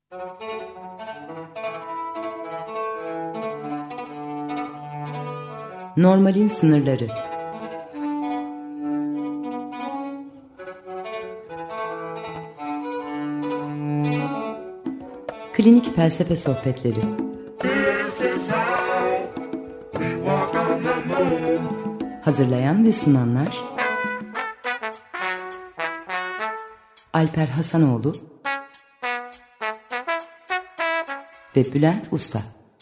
Normalin sınırları. Klinik felsefe sohbetleri. Hazırlayan ve sunanlar Alper Hasanoğlu ve Bülent Usta.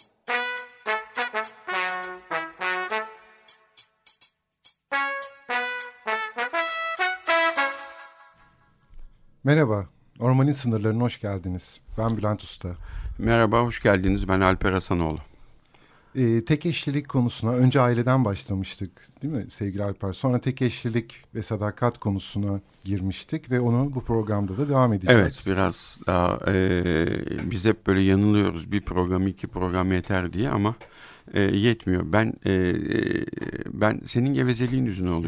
Merhaba, Ormanın Sınırları'na hoş geldiniz. Ben Bülent Usta. Merhaba, hoş geldiniz. Ben Alper Hasanoğlu. Tek eşlilik konusuna önce aileden başlamıştık, değil mi sevgili Alper? Sonra tek eşlilik ve sadakat konusuna girmiştik ve onu bu programda da devam edeceğiz. Evet, biraz daha biz hep böyle yanılıyoruz. Bir program, iki program yeter diye ama yetmiyor. Ben senin gevezeliğin yüzüne oluyor.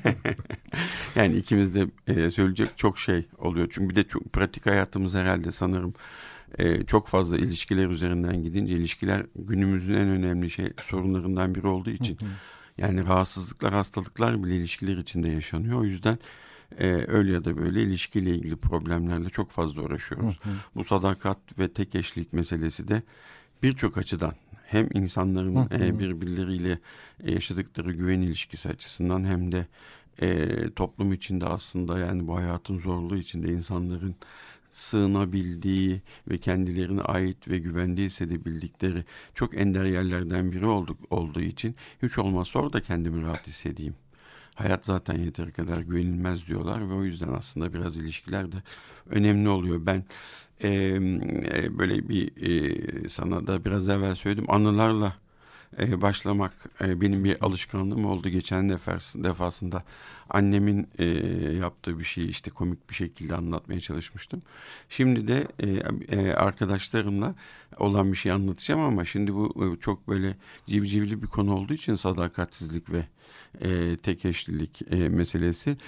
Yani ikimiz de söyleyecek çok şey oluyor. Çünkü bir de çok pratik hayatımız herhalde sanırım çok fazla ilişkiler üzerinden gidince ilişkiler günümüzün en önemli sorunlarından biri olduğu için yani rahatsızlıklar, hastalıklar bile ilişkiler içinde yaşanıyor. O yüzden öyle ya da böyle ilişkiyle ilgili problemlerle çok fazla uğraşıyoruz. Bu sadakat ve tek eşlik meselesi de birçok açıdan hem insanların birbirleriyle yaşadıkları güven ilişkisi açısından hem de toplum içinde aslında yani bu hayatın zorluğu içinde insanların sığınabildiği ve kendilerine ait ve güvende hissedebildikleri çok ender yerlerden biri olduğu için hiç olmazsa orada kendimi rahat hissedeyim. Hayat zaten yeteri kadar güvenilmez diyorlar ve o yüzden aslında biraz ilişkiler de önemli oluyor. Ben böyle bir sana da biraz evvel söyledim, anılarla başlamak benim bir alışkanlığım oldu. Geçen defasında annemin yaptığı bir şeyi işte komik bir şekilde anlatmaya çalışmıştım. Şimdi de arkadaşlarımla olan bir şey anlatacağım ama şimdi bu çok böyle civcivli bir konu olduğu için sadakatsizlik ve tek eşlilik meselesi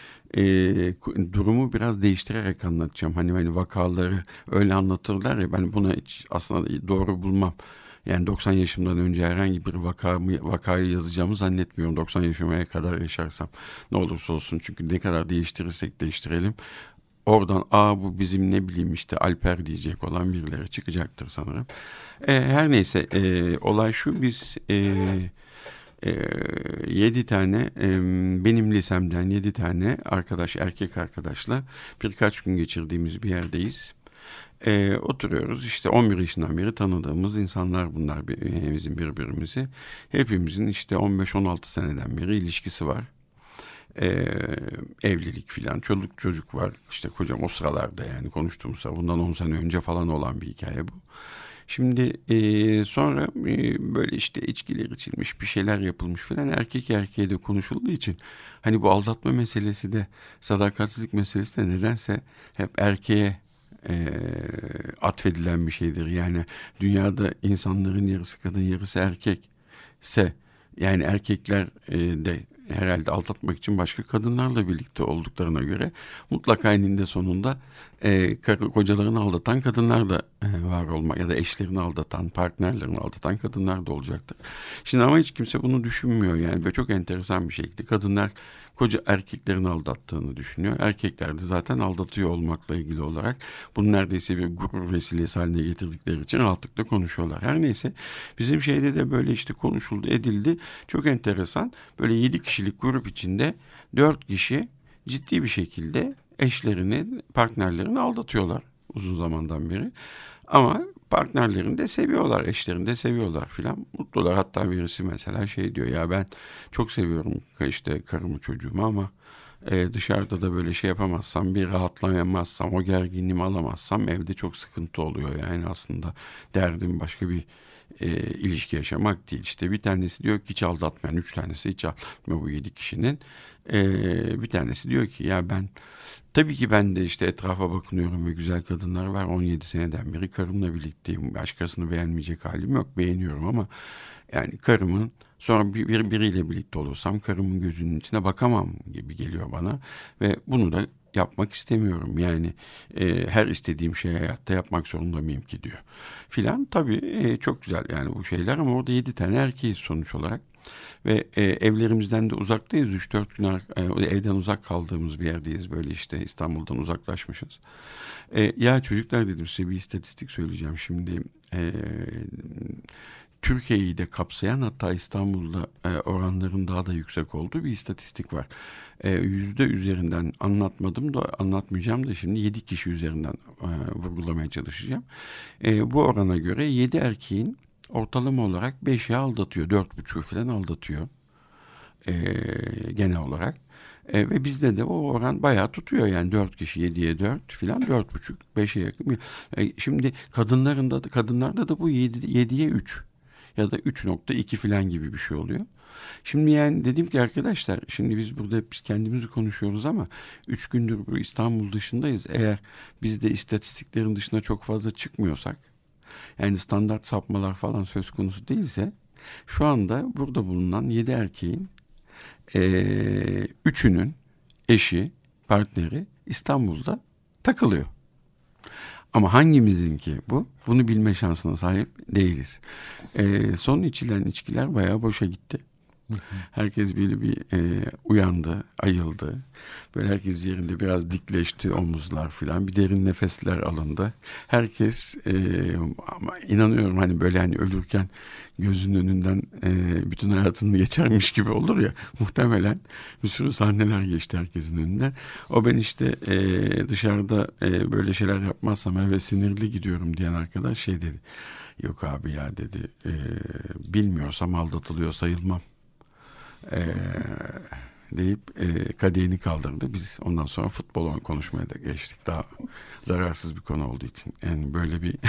durumu biraz değiştirerek anlatacağım. Hani vakaları öyle anlatırlar ya, ben buna hiç aslında doğru bulmam. Yani 90 yaşımdan önce herhangi bir vakayı yazacağımı zannetmiyorum. 90 yaşıma kadar yaşarsam ne olursa olsun, çünkü ne kadar değiştirirsek değiştirelim oradan bu bizim ne bileyim işte Alper diyecek olan birileri çıkacaktır sanırım. Her neyse olay şu, biz 7 tane benim lisemden 7 tane erkek arkadaşla birkaç gün geçirdiğimiz bir yerdeyiz. Oturuyoruz işte 11 yaşından beri tanıdığımız insanlar bunlar, bizim birbirimizi. Hepimizin işte 15-16 seneden beri ilişkisi var. Evlilik filan, çoluk çocuk var. İşte kocam o sıralarda, yani konuştuğumuzda bundan 10 sene önce falan olan bir hikaye bu. Şimdi sonra böyle işte içkiler içilmiş, bir şeyler yapılmış filan, erkek erkeğe de konuşulduğu için hani bu aldatma meselesi de sadakatsizlik meselesi de nedense hep erkeğe atfedilen bir şeydir. Yani dünyada insanların yarısı kadın yarısı erkekse, yani erkekler de herhalde aldatmak için başka kadınlarla birlikte olduklarına göre mutlaka eninde sonunda kocalarını aldatan kadınlar da var olmak ya da eşlerini aldatan, partnerlerini aldatan kadınlar da olacaktır. Şimdi ama hiç kimse bunu düşünmüyor yani, böyle çok enteresan bir şekilde kadınlar koca erkeklerin aldattığını düşünüyor. Erkekler de zaten aldatıyor olmakla ilgili olarak bunu neredeyse bir gurur vesilesi haline getirdikleri için rahatlıkla konuşuyorlar. Her neyse, bizim şeyde de böyle işte konuşuldu, edildi. Çok enteresan, böyle 7 kişilik grup içinde 4 kişi ciddi bir şekilde eşlerini, partnerlerini aldatıyorlar uzun zamandan beri. Ama partnerlerini de seviyorlar, eşlerini de seviyorlar filan, mutlular. Hatta birisi mesela şey diyor, ya ben çok seviyorum işte karımı çocuğumu ama dışarıda da böyle şey yapamazsam, bir rahatlayamazsam, o gerginliğimi alamazsam evde çok sıkıntı oluyor. Yani aslında derdim başka bir ilişki yaşamak değil. İşte bir tanesi diyor ki hiç aldatmayan, 3 tanesi hiç aldatmıyor bu 7 kişinin. Bir tanesi diyor ki ya tabii ki ben de işte etrafa bakınıyorum ve güzel kadınlar var. 17 seneden beri karımla birlikteyim. Başkasını beğenmeyecek halim yok. Beğeniyorum ama yani karımın, sonra biriyle birlikte olursam karımın gözünün içine bakamam gibi geliyor bana. Ve bunu da yapmak istemiyorum. Yani her istediğim şeyi hayatta yapmak zorunda mıyım ki diyor. Filan tabii çok güzel yani bu şeyler ama orada 7 tane erkeğiz sonuç olarak. Ve evlerimizden de uzaktayız. 3-4 gün evden uzak kaldığımız bir yerdeyiz. Böyle işte İstanbul'dan uzaklaşmışız. Ya çocuklar dedim size bir istatistik söyleyeceğim şimdi. Türkiye'yi de kapsayan hatta İstanbul'da oranların daha da yüksek olduğu bir istatistik var. Yüzde üzerinden anlatmayacağım da şimdi 7 kişi üzerinden vurgulamaya çalışacağım. Bu orana göre 7 erkeğin ortalama olarak 5'i aldatıyor. 4,5'u falan aldatıyor. Genel olarak. Ve bizde de o oran bayağı tutuyor. Yani 4 kişi 7'ye 4 filan 4,5 5'e yakın. Şimdi kadınlarda da bu 7'ye 3 ya da 3,2 filan gibi bir şey oluyor. Şimdi yani dedim ki arkadaşlar şimdi biz kendimizi konuşuyoruz ama 3 gündür bu İstanbul dışındayız. Eğer biz de istatistiklerin dışına çok fazla çıkmıyorsak yani standart sapmalar falan söz konusu değilse şu anda burada bulunan 7 erkeğin 3'ünün eşi, partneri İstanbul'da takılıyor. Ama hangimizinki bu? Bunu bilme şansına sahip değiliz. Son içilen içkiler bayağı boşa gitti. Herkes böyle bir uyandı, ayıldı. Böyle herkes yerinde biraz dikleşti, omuzlar filan. Bir derin nefesler alındı. Herkes ama inanıyorum hani böyle hani ölürken gözünün önünden bütün hayatını geçermiş gibi olur ya. Muhtemelen bir sürü sahneler geçti herkesin önünden. Ben işte dışarıda böyle şeyler yapmazsam eve sinirli gidiyorum diyen arkadaş şey dedi. Yok abi ya dedi bilmiyorsam aldatılıyor sayılmam. Deyip kadehini kaldırdı. Biz ondan sonra futbol konuşmaya da geçtik. Daha zararsız bir konu olduğu için. Yani böyle bir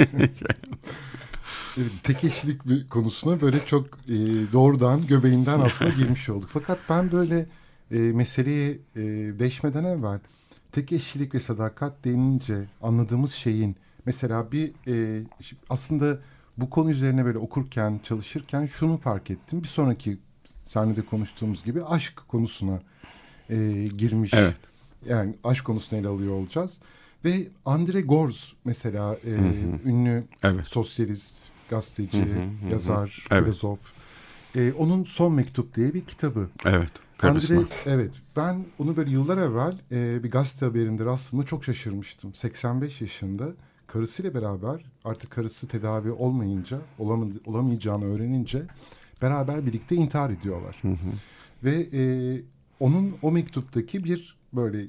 tek eşlilik konusuna böyle çok doğrudan göbeğinden aslında girmiş olduk. Fakat ben böyle meseleyi deşmeden evvel tek eşlilik ve sadakat denince anladığımız şeyin mesela aslında bu konu üzerine böyle okurken, çalışırken şunu fark ettim. Bir sonraki seninle de konuştuğumuz gibi aşk konusuna girmiş. Evet. Yani aşk konusunu ele alıyor olacağız. Ve Andre Gorz mesela ünlü sosyalist, gazeteci, yazar, filozof. Onun Son Mektup diye bir kitabı. Evet. Karısına. Ben onu böyle yıllar evvel bir gazete haberinde rastladığımda çok şaşırmıştım. 85 yaşında karısıyla beraber artık karısı tedavi olmayınca, olamayacağını öğrenince beraber birlikte intihar ediyorlar. Ve onun o mektuptaki bir böyle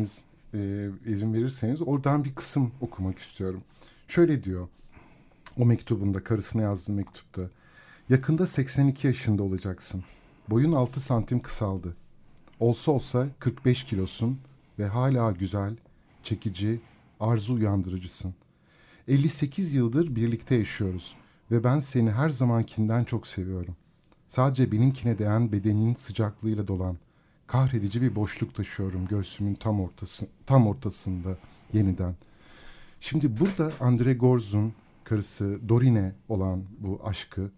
izin verirseniz oradan bir kısım okumak istiyorum. Şöyle diyor o mektubunda, karısına yazdığı mektupta. Yakında 82 yaşında olacaksın. Boyun 6 santim kısaldı. Olsa 45 kilosun ve hala güzel, çekici, arzu uyandırıcısın. 58 yıldır birlikte yaşıyoruz ve ben seni her zamankinden çok seviyorum. Sadece benimkine değen bedeninin sıcaklığıyla dolan, kahredici bir boşluk taşıyorum göğsümün tam ortasında yeniden. Şimdi burada Andre Gorz'un karısı Dorine olan bu aşkı,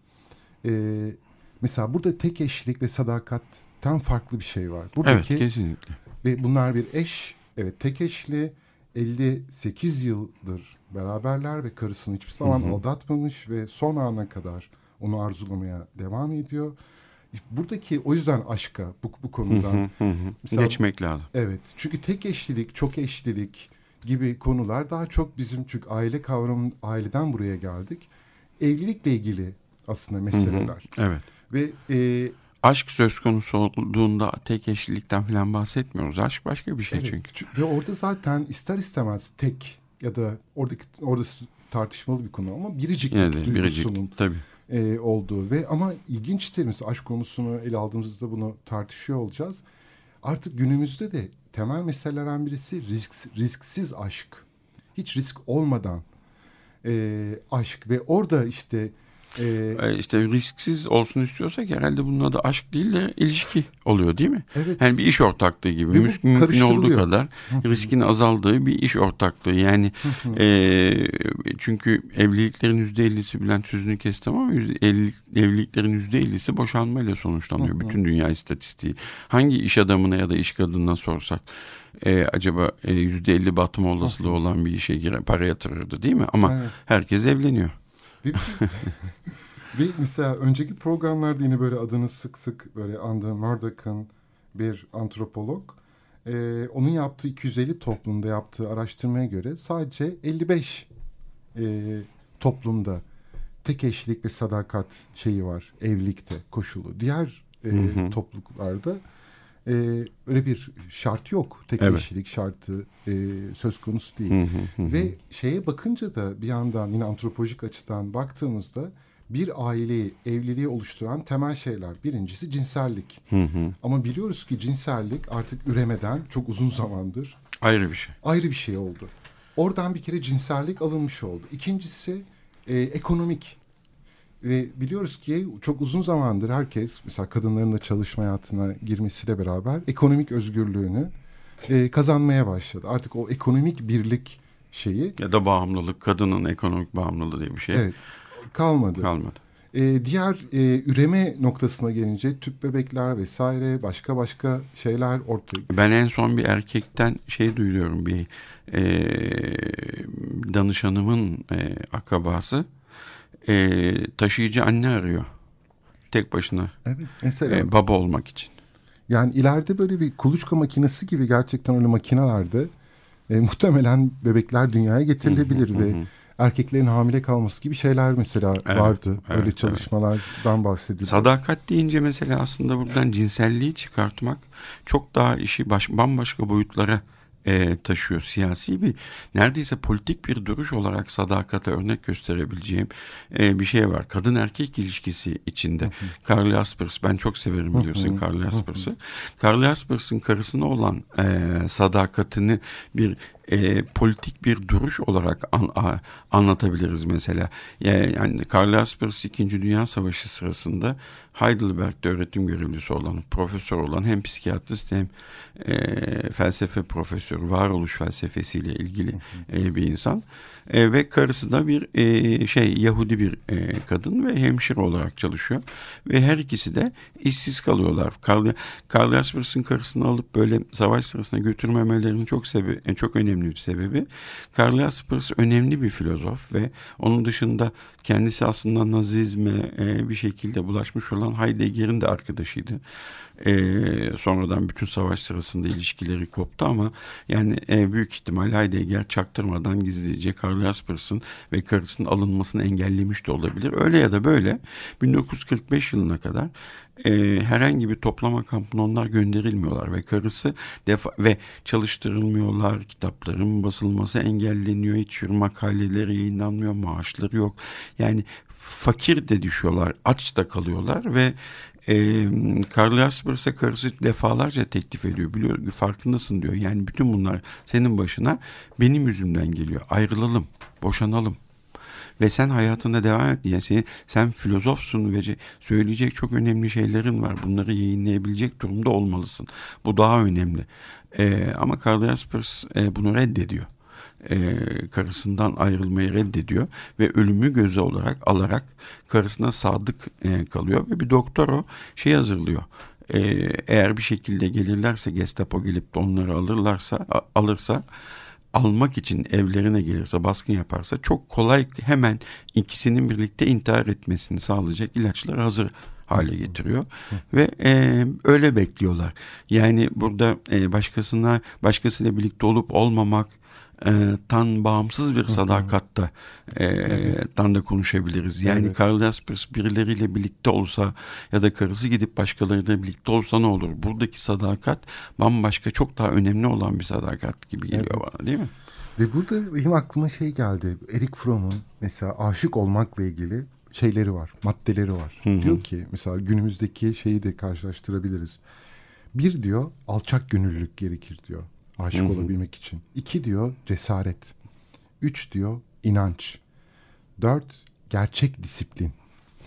mesela burada tek eşlik ve sadakatten farklı bir şey var. Buradaki, evet, kesinlikle. Ve bunlar bir eş, evet tek eşli, 58 yıldır beraberler ve karısını hiçbir zaman aldatmamış ve son ana kadar onu arzulamaya devam ediyor. Buradaki o yüzden aşka bu konudan mesela, geçmek lazım. Evet. Çünkü tek eşlilik, çok eşlilik gibi konular daha çok bizim çünkü aileden buraya geldik. Evlilikle ilgili aslında meseleler. Evet. Ve aşk söz konusu olduğunda tek eşlilikten falan bahsetmiyoruz. Aşk başka bir şey çünkü. Ve orada zaten ister istemez tek ya da orada tartışmalı bir konu ama biriciklik duygusunun olduğu ve ama ilginçtir mesela aşk konusunu ele aldığımızda bunu tartışıyor olacağız. Artık günümüzde de temel meselelerden birisi risksiz aşk. Hiç risk olmadan aşk ve orada işte İşte risksiz olsun istiyorsak herhalde bunun adı aşk değil de ilişki oluyor değil mi? Evet. Yani bir iş ortaklığı gibi. Ve bu Mümkün olduğu karıştırılıyor. kadar riskin azaldığı bir iş ortaklığı. Yani çünkü evliliklerin %50'si, Bülent sözünü kestim ama evliliklerin %50'si boşanmayla sonuçlanıyor. Bütün dünya istatistiği. Hangi iş adamına ya da iş kadınına sorsak acaba %50 batma olasılığı olan bir işe para yatırırdı değil mi? Ama Evet. herkes evleniyor. Ve mesela önceki programlarda yine böyle adını sık sık böyle andığım Murdoch'ın bir antropolog, onun yaptığı 250 toplumda yaptığı araştırmaya göre sadece 55 toplumda tek eşlilik ve sadakat şeyi var, evlilikte koşulu. Diğer topluluklarda öyle bir şart yok. Tek eşlilik şartı söz konusu değil. Ve şeye bakınca da bir yandan yine antropolojik açıdan baktığımızda bir aileyi, evliliği oluşturan temel şeyler. Birincisi cinsellik. Ama biliyoruz ki cinsellik artık üremeden çok uzun zamandır ayrı bir şey. Ayrı bir şey oldu. Oradan bir kere cinsellik alınmış oldu. İkincisi ekonomik. Ve biliyoruz ki çok uzun zamandır herkes mesela kadınların da çalışma hayatına girmesiyle beraber ekonomik özgürlüğünü kazanmaya başladı. Artık o ekonomik birlik şeyi ya da bağımlılık, kadının ekonomik bağımlılığı diye bir şey. Evet, kalmadı. Diğer üreme noktasına gelince tüp bebekler vesaire başka şeyler ortaya. Ben en son bir erkekten duyuyorum, bir danışanımın akrabası taşıyıcı anne arıyor. Tek başına. Evet, mesela. Baba olmak için. Yani ileride böyle bir kuluçka makinesi gibi gerçekten öyle makinelerde muhtemelen bebekler dünyaya getirilebilir ve erkeklerin hamile kalması gibi şeyler mesela vardı. Öyle çalışmalardan bahsediliyor. Sadakat deyince mesela aslında buradan cinselliği çıkartmak çok daha işi bambaşka boyutlara taşıyor. Siyasi bir, neredeyse politik bir duruş olarak sadakate örnek gösterebileceğim bir şey var. Kadın erkek ilişkisi içinde. Karl Jaspers, ben çok severim biliyorsun Karl Jaspers'ı. Karl Jaspers'ın karısına olan sadakatini bir politik bir duruş olarak anlatabiliriz mesela. Yani Karl Jaspers 2. Dünya Savaşı sırasında Heidelberg'de öğretim görevlisi olan, profesör olan, hem psikiyatrist hem felsefe profesörü, varoluş felsefesiyle ilgili bir insan. Ve karısı da bir Yahudi bir kadın ve hemşire olarak çalışıyor. Ve her ikisi de işsiz kalıyorlar. Karl Jaspers'ın karısını alıp böyle savaş sırasında götürmemelerinin çok önemli bir sebebi. Karl Jaspers önemli bir filozof ve onun dışında kendisi aslında Nazizme bir şekilde bulaşmış olan Heidegger'in de arkadaşıydı. Sonradan bütün savaş sırasında ilişkileri koptu ama yani büyük ihtimal Heidegger çaktırmadan gizlice Karl Jaspers'ın ve karısının alınmasını engellemiş de olabilir. Öyle ya da böyle 1945 yılına kadar herhangi bir toplama kampına onlar gönderilmiyorlar ve karısı ve çalıştırılmıyorlar, kitapların basılması engelleniyor, hiçbir makaleleri yayınlanmıyor, maaşları yok. Yani fakir de düşüyorlar, aç da kalıyorlar ve Karl Jaspers'a karısı defalarca teklif ediyor. Biliyor, farkındasın diyor. Yani bütün bunlar senin başına benim yüzümden geliyor. Ayrılalım, boşanalım. Ve sen hayatına devam et diye. Sen filozofsun ve söyleyecek çok önemli şeylerin var. Bunları yayınlayabilecek durumda olmalısın. Bu daha önemli. Ama Karl Jaspers bunu reddediyor. Karısından ayrılmayı reddediyor ve ölümü göze alarak karısına sadık kalıyor ve bir doktor o hazırlıyor. Eğer bir şekilde gelirlerse, Gestapo gelip de onları alırsa almak için evlerine gelirse, baskın yaparsa çok kolay hemen ikisinin birlikte intihar etmesini sağlayacak ilaçları hazır hale getiriyor ve öyle bekliyorlar. Yani burada başkasıyla birlikte olup olmamak tan bağımsız bir sadakatta tan da konuşabiliriz. Yani Karl Jaspers birileriyle birlikte olsa ya da karısı gidip başkalarıyla birlikte olsa ne olur? Buradaki sadakat bambaşka, çok daha önemli olan bir sadakat gibi geliyor bana, değil mi? Ve burada benim aklıma geldi. Erich Fromm'un mesela aşık olmakla ilgili şeyleri var, maddeleri var. Diyor ki mesela günümüzdeki şeyi de karşılaştırabiliriz. 1 diyor, alçak gönüllülük gerekir diyor. Aşık olabilmek için. 2 diyor, cesaret. 3 diyor, inanç. 4, gerçek disiplin.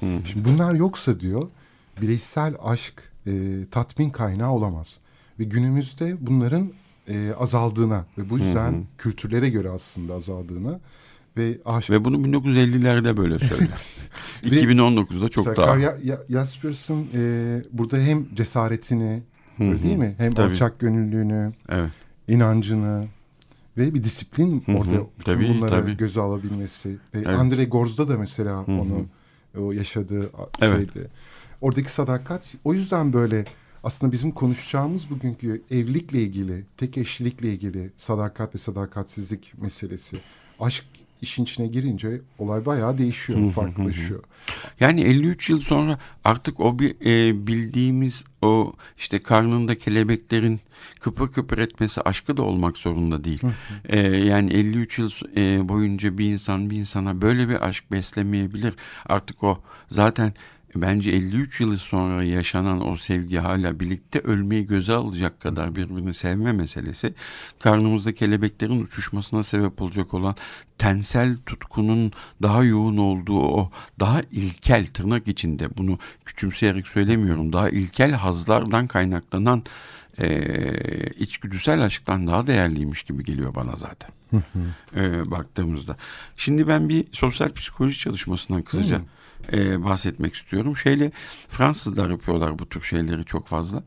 Şimdi bunlar yoksa diyor bireysel aşk tatmin kaynağı olamaz. Ve günümüzde bunların azaldığına ve bu yüzden kültürlere göre aslında azaldığına ve bunu 1950'lerde böyle söyler. 2019'da çok daha. Jaspers'ın burada hem cesaretini değil mi? Hem alçak gönüllülüğünü, inancını ve bir disiplin orada bütün bunları göze alabilmesi. Ve Andrei Gorz'da da mesela onu o yaşadığı şeydi. Oradaki sadakat o yüzden böyle aslında bizim konuşacağımız bugünkü evlilikle ilgili, tek eşlilikle ilgili sadakat ve sadakatsizlik meselesi. Aşk işin içine girince olay bayağı değişiyor, farklılaşıyor. Yani 53 yıl sonra artık o bir bildiğimiz o işte karnında kelebeklerin kıpır kıpır etmesi aşkı da olmak zorunda değil. Yani 53 yıl boyunca bir insan bir insana böyle bir aşk beslemeyebilir. Artık o zaten bence 53 yıl sonra yaşanan o sevgi hala birlikte ölmeyi göze alacak kadar birbirini sevme meselesi karnımızda kelebeklerin uçuşmasına sebep olacak olan tensel tutkunun daha yoğun olduğu o daha ilkel tırnak içinde bunu küçümseyerek söylemiyorum daha ilkel hazlardan kaynaklanan içgüdüsel aşktan daha değerliymiş gibi geliyor bana zaten baktığımızda. Şimdi ben bir sosyal psikoloji çalışmasından kısaca bahsetmek istiyorum. Fransızlar yapıyorlar bu tür şeyleri çok fazla.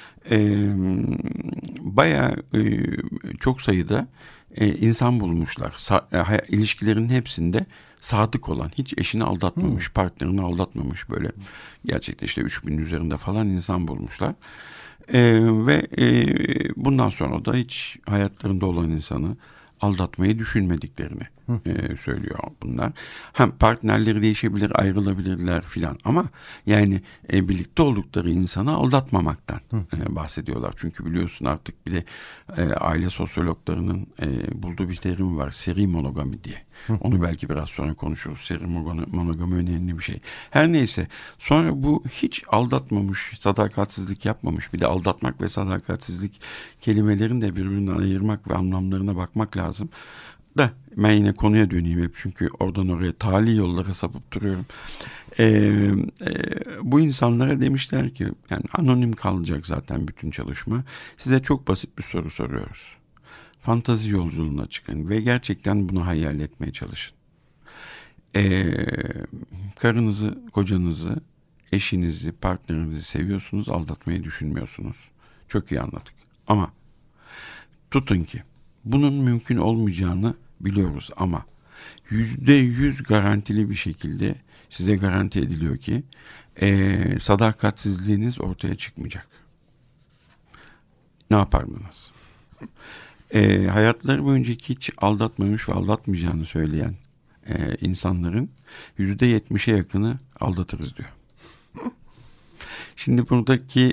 Bayağı çok sayıda insan bulmuşlar. İlişkilerin hepsinde sadık olan, hiç eşini aldatmamış, partnerini aldatmamış böyle gerçekten işte 3000'in üzerinde falan insan bulmuşlar. Ve bundan sonra da hiç hayatlarında olan insanı aldatmayı düşünmediklerini söylüyor bunlar. Hem partnerleri değişebilir, ayrılabilirler filan ama yani birlikte oldukları insanı aldatmamaktan bahsediyorlar. Çünkü biliyorsun artık bir de aile sosyologlarının bulduğu bir terim var, seri monogami diye. Onu belki biraz sonra konuşuruz. Seri monogami önemli bir şey. Her neyse sonra bu hiç aldatmamış, sadakatsizlik yapmamış, bir de aldatmak ve sadakatsizlik kelimelerini de birbirinden ayırmak ve anlamlarına bakmak lazım. Da ben yine konuya döneyim hep çünkü oradan oraya tali yollara sapıp duruyorum. Bu insanlara demişler ki yani anonim kalacak zaten bütün çalışma. Size çok basit bir soru soruyoruz. Fantazi yolculuğuna çıkın ve gerçekten bunu hayal etmeye çalışın. Karınızı, kocanızı, eşinizi, partnerinizi seviyorsunuz, aldatmayı düşünmüyorsunuz. Çok iyi anladık. Ama tutun ki bunun mümkün olmayacağını biliyoruz ama %100 garantili bir şekilde size garanti ediliyor ki sadakatsizliğiniz ortaya çıkmayacak. Ne yapardınız? Hayatları boyunca hiç aldatmamış ve aldatmayacağını söyleyen insanların %70'e yakını aldatırız diyor. Şimdi buradaki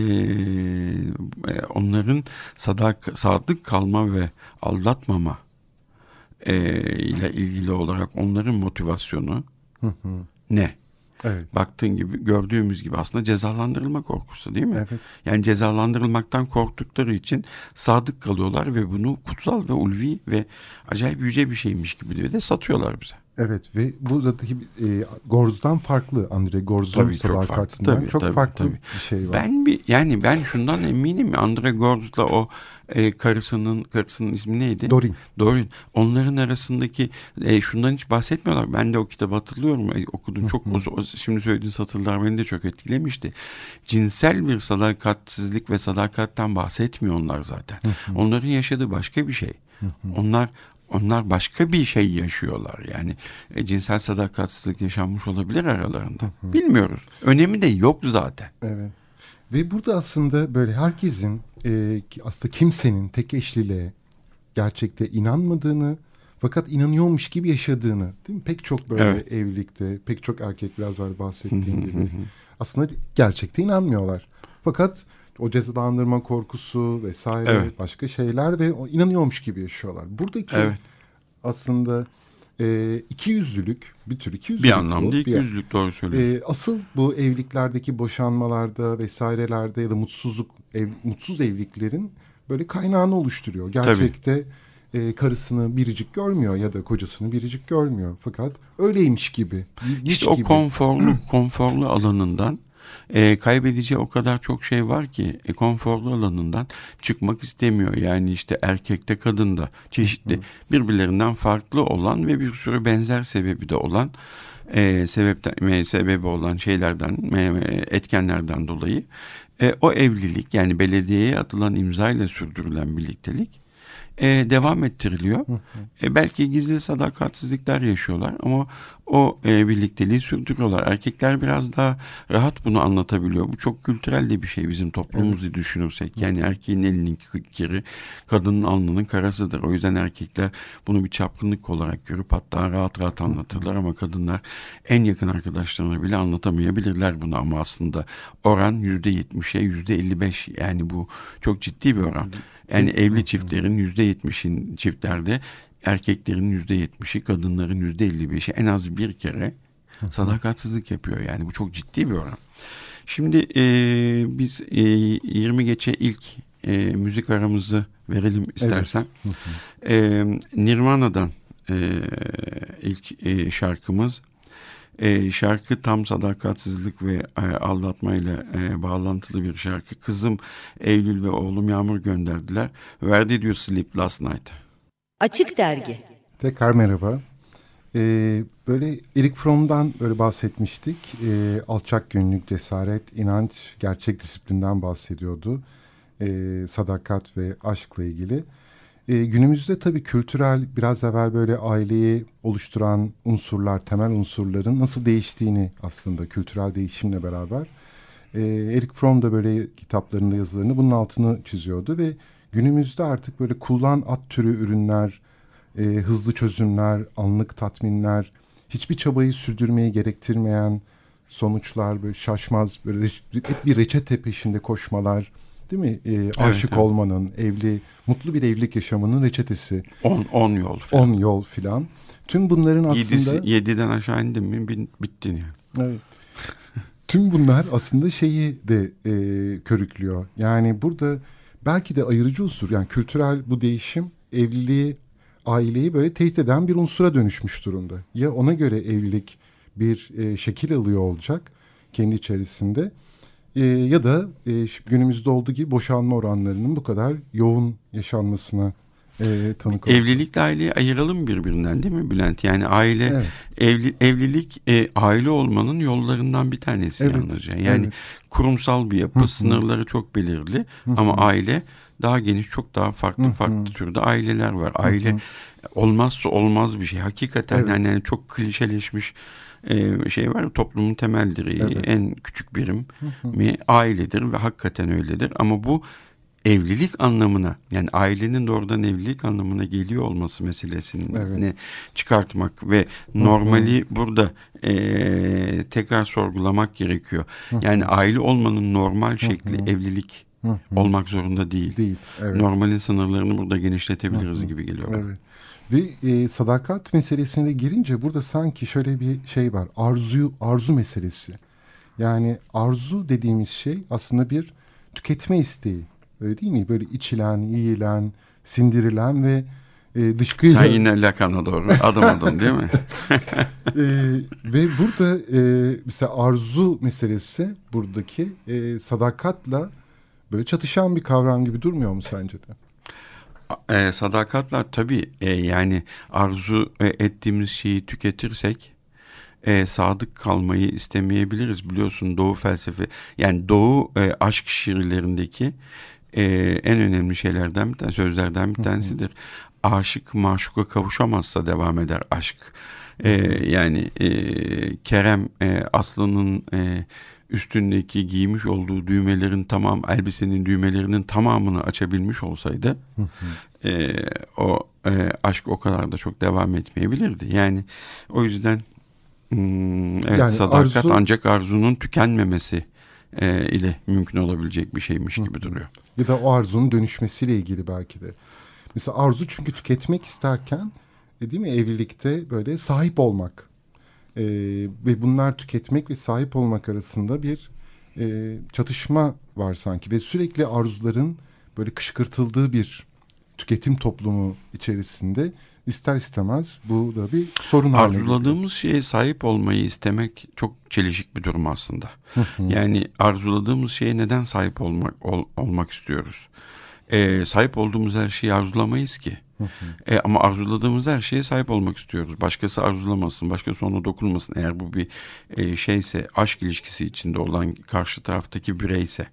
onların sadık kalma ve aldatmama ile ilgili olarak onların motivasyonu ne? Evet. Baktığın gibi, gördüğümüz gibi aslında cezalandırılma korkusu değil mi? Evet. Yani cezalandırılmaktan korktukları için sadık kalıyorlar ve bunu kutsal ve ulvi ve acayip yüce bir şeymiş gibi de satıyorlar bize. Evet ve buradaki Gorz'dan farklı, Andrei Gorz'un sadakatinden çok farklı bir şey var. Ben şundan eminim, Andrei Gorz'la o karısının ismi neydi? Dorin. Onların arasındaki şundan hiç bahsetmiyorlar. Ben de o kitabı hatırlıyorum. Okudum çok. Şimdi söylediğin satırlar beni de çok etkilemişti. Cinsel bir sadakatsizlik ve sadakatten bahsetmiyor onlar zaten. Onların yaşadığı başka bir şey. Onlar başka bir şey yaşıyorlar. Yani cinsel sadakatsizlik yaşanmış olabilir aralarında. Bilmiyoruz. Önemi de yok zaten. Evet. Ve burada aslında böyle herkesin aslında kimsenin tek eşliliğe gerçekte inanmadığını fakat inanıyormuş gibi yaşadığını, değil mi? Pek çok böyle evlilikte, pek çok erkek biraz var bahsettiğim gibi aslında gerçekte inanmıyorlar. Fakat o cezalandırma korkusu vesaire başka şeyler ve inanıyormuş gibi yaşıyorlar. Buradaki aslında ikiyüzlülük, bir tür ikiyüzlülük. Bir anlamda ikiyüzlülük, doğru söylüyorsun. Asıl bu evliliklerdeki boşanmalarda vesairelerde ya da mutsuz evliliklerin böyle kaynağını oluşturuyor. Gerçekte karısını biricik görmüyor ya da kocasını biricik görmüyor. Fakat öyleymiş gibi. İşte o konforlu alanından kaybedeceği o kadar çok şey var ki konforlu alanından çıkmak istemiyor. Yani işte erkekte kadında çeşitli birbirlerinden farklı olan ve bir sürü benzer sebebi de olan sebebi olan şeylerden, etkenlerden dolayı o evlilik, yani belediyeye atılan imza ile sürdürülen birliktelik devam ettiriliyor. Belki gizli sadakatsizlikler yaşıyorlar ama o birlikteliği sürdürüyorlar. Erkekler biraz daha rahat bunu anlatabiliyor. Bu çok kültürel de bir şey bizim toplumumuzu düşünürsek. Yani erkeğin elinin kiri, kadının alnının karasıdır. O yüzden erkekler bunu bir çapkınlık olarak görüp hatta rahat rahat anlatırlar ama kadınlar en yakın arkadaşlarına bile anlatamayabilirler bunu, ama aslında oran %70'e %55, yani bu çok ciddi bir oran. Yani evli çiftlerin %70'in çiftlerde, erkeklerin %70'i, kadınların %55'i en az bir kere sadakatsizlik yapıyor. Yani bu çok ciddi bir oran. Şimdi biz 20 geçe ilk müzik aramızı verelim istersen. Evet. Nirvana'dan ilk şarkımız. Şarkı tam sadakatsizlik ve aldatmayla bağlantılı bir şarkı. Kızım Eylül ve oğlum Yağmur gönderdiler. Where did you sleep last night? Açık Dergi. Tekrar merhaba. Böyle Erich Fromm'dan böyle bahsetmiştik. Alçak gönüllülük, cesaret, inanç, gerçek disiplinden bahsediyordu. Sadakat ve aşkla ilgili. Günümüzde tabii kültürel, biraz evvel böyle aileyi oluşturan unsurlar, temel unsurların nasıl değiştiğini aslında kültürel değişimle beraber Erich Fromm da böyle kitaplarında, yazılarını bunun altını çiziyordu ve günümüzde artık böyle kullan at türü ürünler, hızlı çözümler, anlık tatminler, hiçbir çabayı sürdürmeyi gerektirmeyen sonuçlar, böyle şaşmaz, böyle hep bir reçete peşinde koşmalar, değil mi? Aşık evet. Olmanın, mutlu bir evlilik yaşamının reçetesi. 10 yol falan. 10 yol filan. Tüm bunların aslında... 7'den aşağı indim mi bittin yani. Evet. Tüm bunlar aslında şeyi de körüklüyor. Yani burada belki de ayırıcı unsur, yani kültürel bu değişim evliliği, aileyi böyle tehdit eden bir unsura dönüşmüş durumda. Ya ona göre evlilik bir şekil alıyor olacak kendi içerisinde, ya da günümüzde olduğu gibi boşanma oranlarının bu kadar yoğun yaşanmasına tanık olacak. Evlilikle aileyi ayıralım birbirinden, değil mi Bülent? Yani aile, evet. Evlilik aile olmanın yollarından bir tanesi, evet. Yalnızca. Yani evet. Kurumsal bir yapı, sınırları çok belirli ama aile daha geniş, çok daha farklı türde aileler var. Aile olmazsa olmaz bir şey. Hakikaten evet. Yani çok klişeleşmiş şey var, toplumun temel direği, evet. En küçük birim mi ailedir ve hakikaten öyledir. Ama bu evlilik anlamına, yani ailenin doğrudan evlilik anlamına geliyor olması meselesini evet. Çıkartmak ve normali burada tekrar sorgulamak gerekiyor. Yani aile olmanın normal şekli evlilik olmak zorunda değil. Evet. Normalin sınırlarını burada genişletebiliriz gibi geliyor bana. Evet. Ve sadakat meselesine girince burada sanki şöyle bir şey var. Arzu meselesi. Yani arzu dediğimiz şey aslında bir tüketme isteği. Öyle değil mi? Böyle içilen, yiyilen, sindirilen ve dışkıyla... Sen yine Lacan'a doğru adım değil mi? Ve burada mesela arzu meselesi buradaki sadakatla böyle çatışan bir kavram gibi durmuyor mu sence de? Sadakatla tabii yani arzu ettiğimiz şeyi tüketirsek sadık kalmayı istemeyebiliriz. Biliyorsun Doğu felsefe, yani Doğu aşk şiirlerindeki en önemli şeylerden bir tanesi, sözlerden bir tanesidir. Aşık maşuka kavuşamazsa devam eder aşk. Yani Kerem Aslı'nın üstündeki giymiş olduğu düğmelerin elbisenin düğmelerinin tamamını açabilmiş olsaydı o aşk o kadar da çok devam etmeyebilirdi. Yani o yüzden evet, yani sadakat ancak arzunun tükenmemesi ile mümkün olabilecek bir şeymiş gibi duruyor. Ya da o arzunun dönüşmesiyle ilgili belki de. Mesela arzu çünkü tüketmek isterken değil mi, evlilikte böyle sahip olmak ve bunlar tüketmek ve sahip olmak arasında bir çatışma var sanki ve sürekli arzuların böyle kışkırtıldığı bir tüketim toplumu içerisinde ister istemez bu da bir sorun haline geliyor. Arzuladığımız şeye sahip olmayı istemek çok çelişik bir durum aslında. Yani arzuladığımız şeye neden sahip olmak istiyoruz? Sahip olduğumuz her şeyi arzulamayız ki. Ama arzuladığımız her şeye sahip olmak istiyoruz. Başkası arzulamasın, başkası ona dokunmasın. Eğer bu bir şeyse, aşk ilişkisi içinde olan karşı taraftaki bireyse.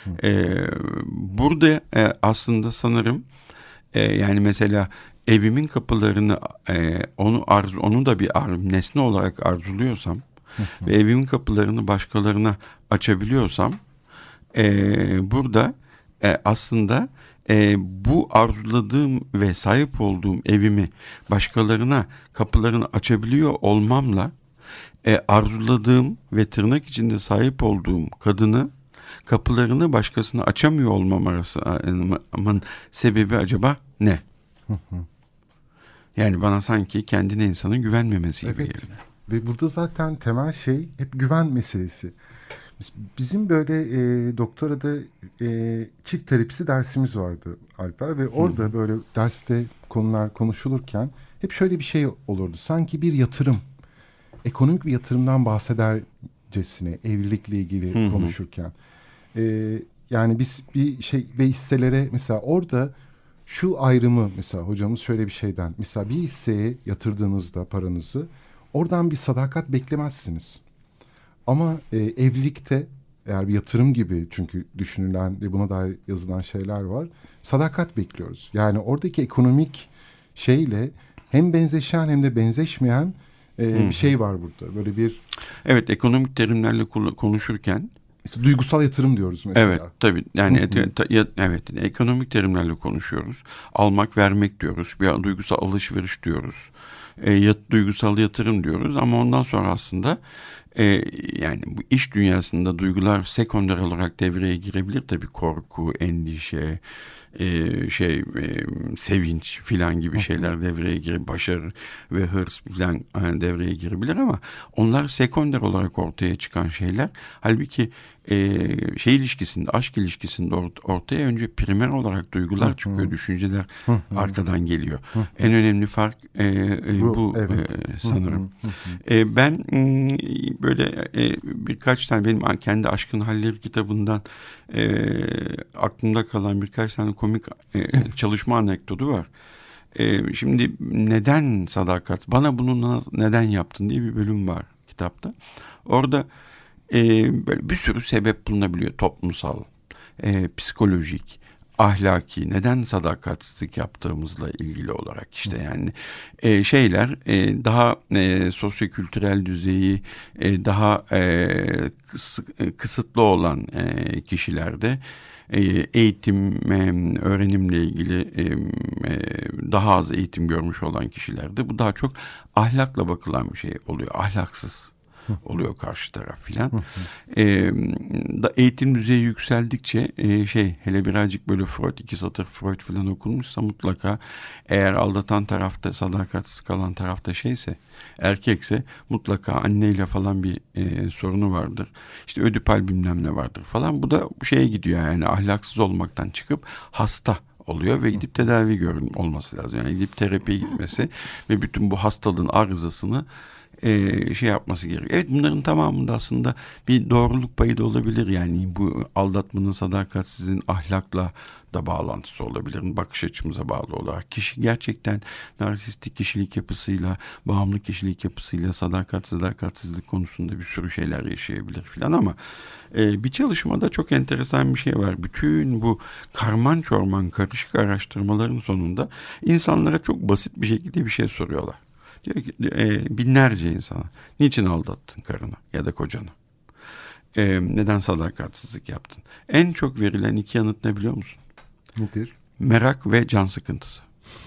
Burada aslında sanırım yani mesela evimin kapılarını onu da bir nesne olarak arzuluyorsam ve evimin kapılarını başkalarına açabiliyorsam burada aslında bu arzuladığım ve sahip olduğum evimi başkalarına kapılarını açabiliyor olmamla arzuladığım ve tırnak içinde sahip olduğum kadını kapılarını başkasına açamıyor olmam arasının sebebi acaba ne? Yani bana sanki kendine insanın güvenmemesi gibi geliyor. Ve burada zaten temel şey hep güven meselesi. Bizim böyle doktorada çift terapisi dersimiz vardı Alper ve orada böyle derste konular konuşulurken hep şöyle bir şey olurdu. Sanki bir yatırım, ekonomik bir yatırımdan bahsedercesine evlilikle ilgili konuşurken. Yani biz bir şey ve hisselere mesela orada şu ayrımı mesela hocamız şöyle bir şeyden mesela bir hisseye yatırdığınızda paranızı oradan bir sadakat beklemezsiniz. Ama evlilikte eğer bir yatırım gibi çünkü düşünülen ve buna dair yazılan şeyler var. Sadakat bekliyoruz. Yani oradaki ekonomik şeyle hem benzeşen hem de benzeşmeyen bir şey var burada. Böyle bir... Evet, ekonomik terimlerle konuşurken İşte duygusal yatırım diyoruz mesela. Evet, tabii. Yani evet, ekonomik terimlerle konuşuyoruz. Almak, vermek diyoruz. Bir duygusal alışveriş diyoruz. Duygusal yatırım diyoruz ama ondan sonra aslında yani bu iş dünyasında duygular sekonder olarak devreye girebilir tabii, korku, endişe, sevinç filan gibi şeyler devreye girebilir, başarı ve hırs filan devreye girebilir ama onlar sekonder olarak ortaya çıkan şeyler. Halbuki aşk ilişkisinde ortaya önce primer olarak duygular çıkıyor, düşünceler arkadan geliyor. En önemli fark bu sanırım. Ben böyle birkaç tane benim kendi Aşkın Halleri kitabından aklımda kalan birkaç tane komik çalışma anekdotu var. Şimdi neden sadakat, bana bunu neden yaptın diye bir bölüm var kitapta. Orada böyle bir sürü sebep bulunabiliyor, toplumsal, psikolojik, ahlaki, neden sadakatsizlik yaptığımızla ilgili olarak işte yani şeyler daha sosyokültürel düzeyi daha kısıtlı olan kişilerde eğitim, öğrenimle ilgili daha az eğitim görmüş olan kişilerde bu daha çok ahlakla bakılan bir şey oluyor, ahlaksız oluyor karşı taraf filan. Eğitim düzeyi yükseldikçe hele birazcık böyle Freud, 2 satır Freud filan okunmuşsa mutlaka eğer aldatan tarafta, sadakatsiz kalan tarafta erkekse mutlaka anneyle falan bir sorunu vardır. İşte ödipal bilmem ne vardır falan. Bu da bu şeye gidiyor, yani ahlaksız olmaktan çıkıp hasta oluyor ve gidip tedavi olması lazım. Yani gidip terapiye gitmesi ve bütün bu hastalığın arızasını yapması gerekiyor. Evet, bunların tamamında aslında bir doğruluk payı da olabilir. Yani bu aldatmanın sadakatsizliğin ahlakla da bağlantısı olabilir. Bakış açımıza bağlı olarak. Kişi gerçekten narsistik kişilik yapısıyla, bağımlı kişilik yapısıyla sadakatsizlik konusunda bir sürü şeyler yaşayabilir filan ama bir çalışmada çok enteresan bir şey var. Bütün bu karman çorman karışık araştırmaların sonunda insanlara çok basit bir şekilde bir şey soruyorlar. Diyor ki binlerce insana, niçin aldattın karını ya da kocanı? Neden sadakatsizlik yaptın? En çok verilen 2 yanıt ne biliyor musun? Nedir? Merak ve can sıkıntısı.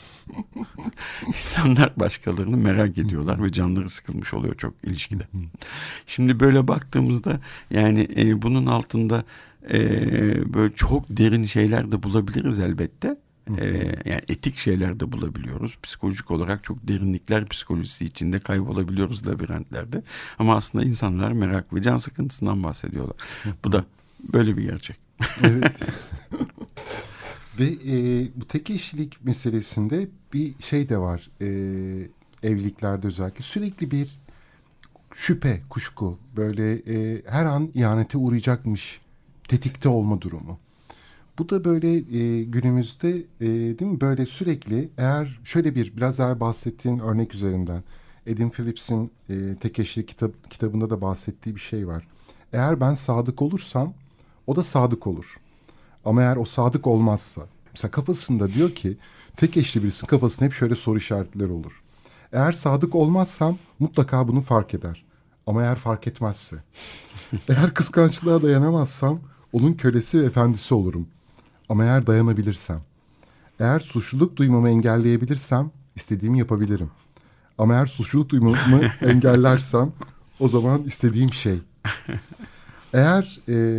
İnsanlar başkalarını merak ediyorlar ve canları sıkılmış oluyor çok ilişkide. Şimdi böyle baktığımızda yani bunun altında böyle çok derin şeyler de bulabiliriz elbette. Yani etik şeyler de bulabiliyoruz. Psikolojik olarak çok derinlikler psikolojisi içinde kaybolabiliyoruz labirentlerde. Ama aslında insanlar merak ve can sıkıntısından bahsediyorlar. Bu da böyle bir gerçek. Evet. Ve bu tek eşlilik meselesinde bir şey de var. Evliliklerde özellikle sürekli bir şüphe, kuşku, böyle her an ihanete uğrayacakmış tetikte olma durumu. Bu da böyle günümüzde değil mi, böyle sürekli, eğer şöyle bir biraz daha bahsettiğin örnek üzerinden Adam Phillips'in Tek Eşlilik kitabında da bahsettiği bir şey var. Eğer ben sadık olursam o da sadık olur. Ama eğer o sadık olmazsa, mesela kafasında diyor ki, tek eşli birisinin kafasında hep şöyle soru işaretleri olur. Eğer sadık olmazsam mutlaka bunu fark eder. Ama eğer fark etmezse, eğer kıskançlığa dayanamazsam onun kölesi ve efendisi olurum. Ama eğer dayanabilirsem, eğer suçluluk duymamı engelleyebilirsem istediğimi yapabilirim. Ama eğer suçluluk duymamı engellersem o zaman istediğim şey. Eğer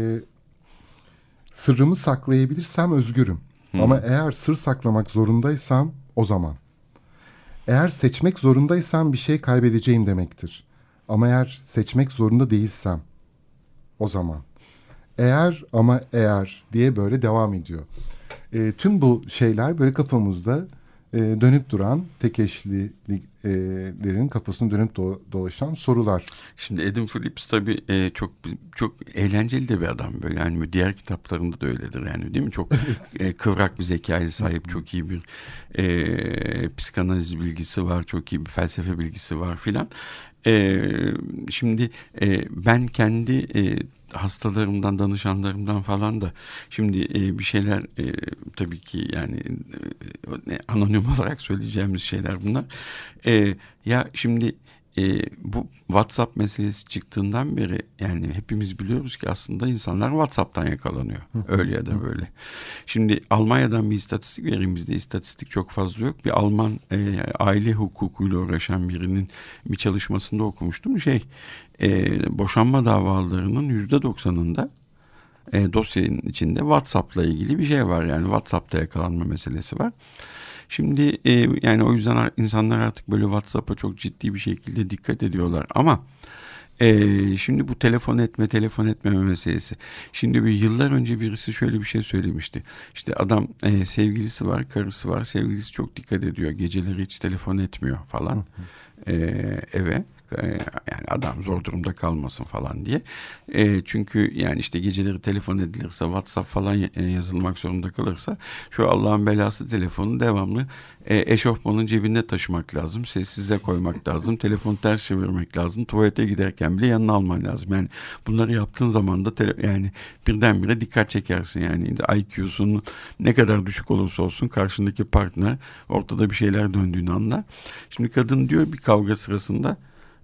sırrımı saklayabilirsem özgürüm. Ama eğer sır saklamak zorundaysam o zaman. Eğer seçmek zorundaysam bir şey kaybedeceğim demektir. Ama eğer seçmek zorunda değilsem o zaman. Eğer ama eğer diye böyle devam ediyor. Tüm bu şeyler böyle kafamızda dönüp duran, tek eşlilerin kafasını dönüp dolaşan sorular. Şimdi Adam Phillips tabii çok çok eğlenceli de bir adam böyle, yani diğer kitaplarında da öyledir yani, değil mi? Çok kıvrak bir zekaya sahip, çok iyi bir psikanaliz bilgisi var, çok iyi bir felsefe bilgisi var filan. Şimdi ben kendi hastalarımdan, danışanlarımdan falan da şimdi bir şeyler tabii ki yani anonim olarak söyleyeceğimiz şeyler bunlar. Ya şimdi bu WhatsApp meselesi çıktığından beri yani hepimiz biliyoruz ki aslında insanlar WhatsApp'tan yakalanıyor. Öyle ya da böyle. Şimdi Almanya'dan bir istatistik vereyim. Bizde istatistik çok fazla yok. Bir Alman aile hukukuyla uğraşan birinin bir çalışmasında okumuştum. Boşanma davalarının %90'ında dosyanın içinde WhatsApp'la ilgili bir şey var. Yani WhatsApp'ta yakalanma meselesi var. Şimdi yani o yüzden insanlar artık böyle WhatsApp'a çok ciddi bir şekilde dikkat ediyorlar. Ama şimdi bu telefon etmeme meselesi. Şimdi bir yıllar önce birisi şöyle bir şey söylemişti. İşte adam sevgilisi var, karısı var. Sevgilisi çok dikkat ediyor. Geceleri hiç telefon etmiyor falan eve. Yani adam zor durumda kalmasın falan diye. Çünkü yani işte geceleri telefon edilirse, WhatsApp falan yazılmak zorunda kalırsa, şu Allah'ın belası telefonu devamlı eşofmanın cebinde taşımak lazım. Sessize koymak lazım. Telefonu ters çevirmek lazım. Tuvalete giderken bile yanına alman lazım. Yani bunları yaptığın zaman da yani birdenbire dikkat çekersin. Yani IQ'sunun ne kadar düşük olursa olsun karşındaki partner ortada bir şeyler döndüğünü anlar. Şimdi kadın diyor bir kavga sırasında,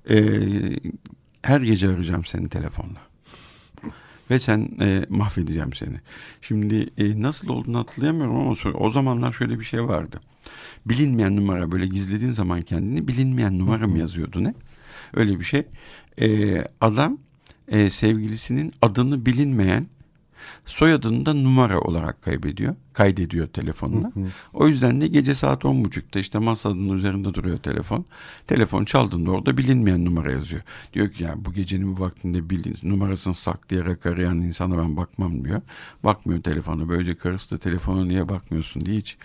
her gece arayacağım seni telefonla ve mahvedeceğim seni. Şimdi nasıl olduğunu hatırlayamıyorum ama o zamanlar şöyle bir şey vardı. Bilinmeyen numara, böyle gizlediğin zaman kendini bilinmeyen numara mı yazıyordu ne? Öyle bir şey. Adam sevgilisinin adını bilinmeyen, soyadını da numara olarak kaydediyor telefonuna. O yüzden de gece saat 10.30'da işte masanın üzerinde duruyor telefon. Telefon çaldığında orada bilinmeyen numara yazıyor. Diyor ki ya bu gecenin bu vaktinde numarasını saklayarak arayan insana ben bakmam diyor. Bakmıyor telefona. Böylece karısı da telefona niye bakmıyorsun diye hiç.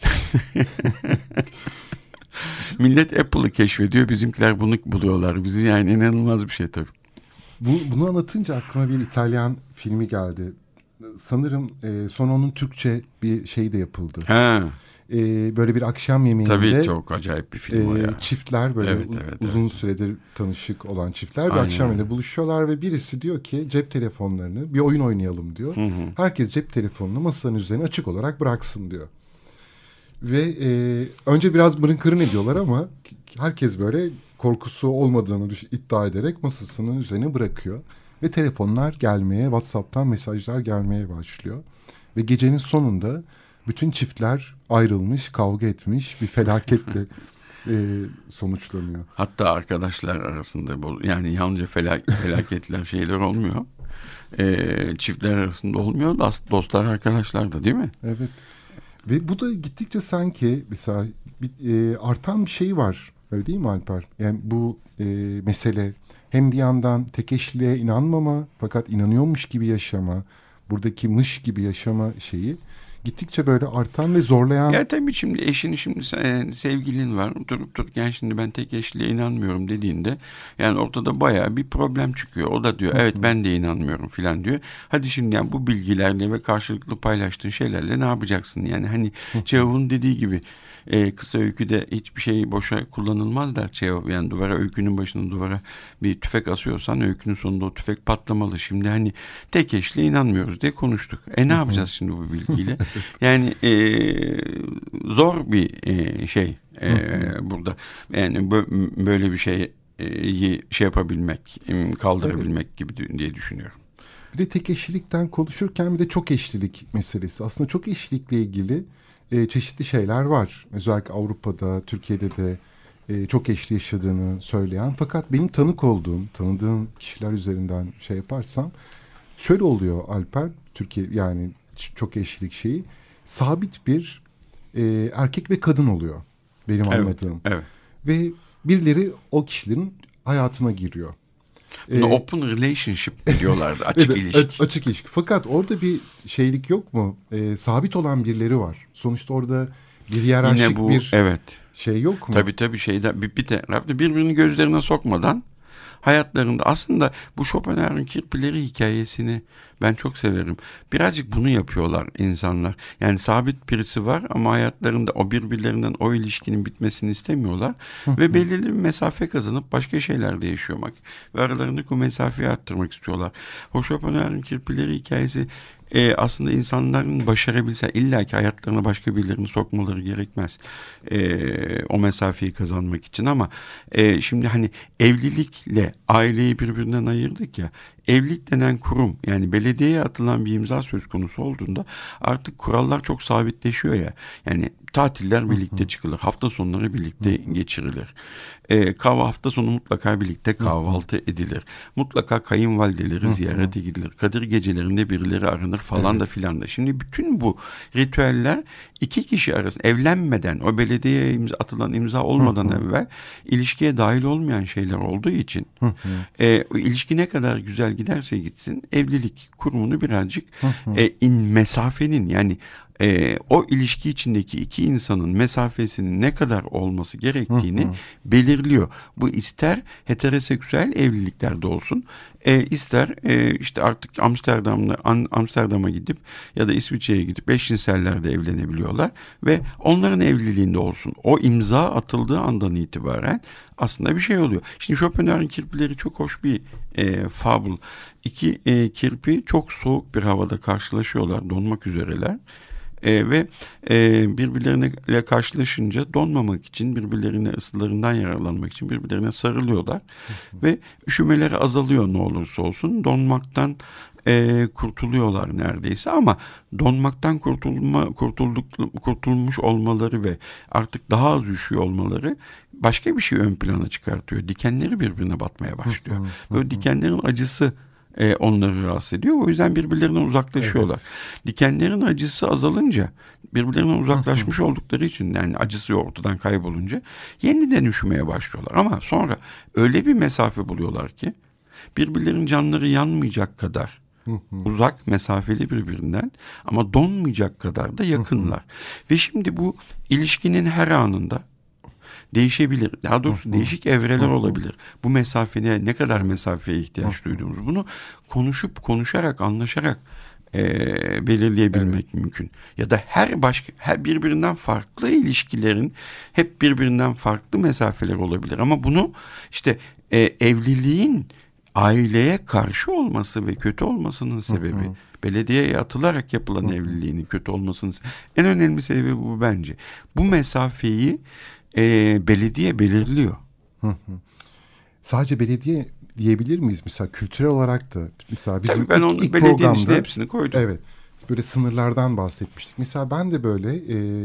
Millet Apple'ı keşfediyor. Bizimkiler bunu buluyorlar. Bizi yani inanılmaz bir şey tabii. Bunu anlatınca aklıma bir İtalyan filmi geldi. Sanırım sonra onun Türkçe bir şey de yapıldı. Böyle bir akşam yemeğinde. Tabii çok acayip bir film o ya. Çiftler böyle uzun süredir tanışık olan çiftler bir akşam yemeğinde buluşuyorlar ve birisi diyor ki cep telefonlarını, bir oyun oynayalım diyor. Herkes cep telefonunu masanın üzerine açık olarak bıraksın diyor. Ve önce biraz mırın kırın ediyorlar ama herkes böyle korkusu olmadığını iddia ederek masasının üzerine bırakıyor. Ve telefonlar gelmeye, WhatsApp'tan mesajlar gelmeye başlıyor. Ve gecenin sonunda bütün çiftler ayrılmış, kavga etmiş, bir felaketle sonuçlanıyor. Hatta arkadaşlar arasında yani yalnızca felaketler şeyler olmuyor. Çiftler arasında olmuyor. Dostlar, arkadaşlar da, değil mi? Evet. Ve bu da gittikçe sanki mesela artan bir şey var. Öyle değil mi Alper? Yani bu mesele hem bir yandan tek eşliliğe inanmama fakat inanıyormuş gibi yaşama, buradaki mış gibi yaşama şeyi gittikçe böyle artan ve zorlayan... Ya tabii şimdi eşin, şimdi sevgilin var, durup dururken şimdi ben tek eşliğe inanmıyorum dediğinde yani ortada bayağı bir problem çıkıyor. O da diyor evet ben de inanmıyorum filan diyor. Hadi şimdi yani bu bilgilerle ve karşılıklı paylaştığın şeylerle ne yapacaksın? Yani hani Çehov'un dediği gibi kısa öyküde hiçbir şey boşa kullanılmaz der Çehov. Yani öykünün başına duvara bir tüfek asıyorsan öykünün sonunda o tüfek patlamalı. Şimdi hani tek eşliğe inanmıyoruz diye konuştuk. Ne yapacağız şimdi bu bilgiyle? Yani zor bir şey burada. Yani böyle bir şeyi şey yapabilmek, kaldırabilmek gibi diye düşünüyorum. Bir de tek eşlilikten konuşurken bir de çok eşlilik meselesi. Aslında çok eşlilikle ilgili çeşitli şeyler var. Özellikle Avrupa'da, Türkiye'de de çok eşli yaşadığını söyleyen. Fakat benim tanıdığım kişiler üzerinden şey yaparsam şöyle oluyor Alper. Türkiye yani çok eşlilik şeyi sabit bir erkek ve kadın oluyor. Benim anladığım. Evet. Ve birileri o kişilerin hayatına giriyor. Open relationship diyorlardı. Açık ilişki. Açık ilişki. Fakat orada bir şeylik yok mu? Sabit olan birileri var. Sonuçta orada bir hiyerarşik bir şey yok mu? Tabii şeyden bir tarafta birbirini gözlerine sokmadan hayatlarında aslında bu Schopenhauer'ın kirpileri hikayesini ben çok severim. Birazcık bunu yapıyorlar insanlar. Yani sabit birisi var ama hayatlarında o birbirlerinden o ilişkinin bitmesini istemiyorlar. Ve belirli bir mesafe kazanıp başka şeylerde yaşamak. Ve aralarındaki o mesafeyi arttırmak istiyorlar. O Schopenhauer'ın kirpileri hikayesi aslında insanların başarabilse illaki hayatlarına başka birilerini sokmaları gerekmez. O mesafeyi kazanmak için ama şimdi hani evlilikle aileyi birbirinden ayırdık ya. Evlilik denen kurum yani belediyeye atılan bir imza söz konusu olduğunda artık kurallar çok sabitleşiyor ya. Yani tatiller birlikte çıkılır. Hafta sonları birlikte geçirilir. Hafta sonu mutlaka birlikte kahvaltı edilir. Mutlaka kayınvalideleri ziyarete gidilir. Kadir gecelerinde birileri aranır falan da filan da. Şimdi bütün bu ritüeller iki kişi arasında evlenmeden o belediyeye atılan imza olmadan evvel ilişkiye dahil olmayan şeyler olduğu için o ilişki ne kadar güzel giderse gitsin evlilik kurumunu birazcık mesafenin yani o ilişki içindeki iki insanın mesafesinin ne kadar olması gerektiğini belirliyor. Bu ister heteroseksüel evliliklerde olsun, ister işte artık Amsterdam'a gidip ya da İsviçre'ye gidip eşcinseller de evlenebiliyorlar ve onların evliliğinde olsun. O imza atıldığı andan itibaren aslında bir şey oluyor. Şimdi Schopenhauer'ın kirpileri çok hoş bir fabul. İki kirpi çok soğuk bir havada karşılaşıyorlar, donmak üzereler. Ve birbirleriyle karşılaşınca donmamak için birbirlerine ısılarından yararlanmak için birbirlerine sarılıyorlar ve üşümeleri azalıyor ne olursa olsun donmaktan kurtuluyorlar neredeyse ama donmaktan kurtulmuş olmaları ve artık daha az üşüyor olmaları başka bir şey ön plana çıkartıyor. Dikenleri birbirine batmaya başlıyor. Böyle dikenlerin acısı onları rahatsız ediyor. O yüzden birbirlerinden uzaklaşıyorlar. Evet. Dikenlerin acısı azalınca birbirlerinden uzaklaşmış oldukları için yani acısı ortadan kaybolunca yeniden üşümeye başlıyorlar. Ama sonra öyle bir mesafe buluyorlar ki birbirlerinin canları yanmayacak kadar uzak mesafeli birbirinden ama donmayacak kadar da yakınlar. Ve şimdi bu ilişkinin her anında değişebilir. Daha doğrusu değişik evreler olabilir. Bu mesafeye ne kadar mesafeye ihtiyaç duyduğumuz bunu konuşarak anlaşarak belirleyebilmek mümkün. Ya da her birbirinden farklı ilişkilerin hep birbirinden farklı mesafeler olabilir. Ama bunu işte evliliğin aileye karşı olması ve kötü olmasının sebebi belediyeye atılarak yapılan evliliğinin kötü olmasının en önemli sebebi bu bence. Bu mesafeyi belediye belirliyor. Sadece belediye diyebilir miyiz? Mesela kültürel olarak da mesela bizim ben onu ilk belediyenin içine hepsini koydum. Evet. Böyle sınırlardan bahsetmiştik. Mesela ben de böyle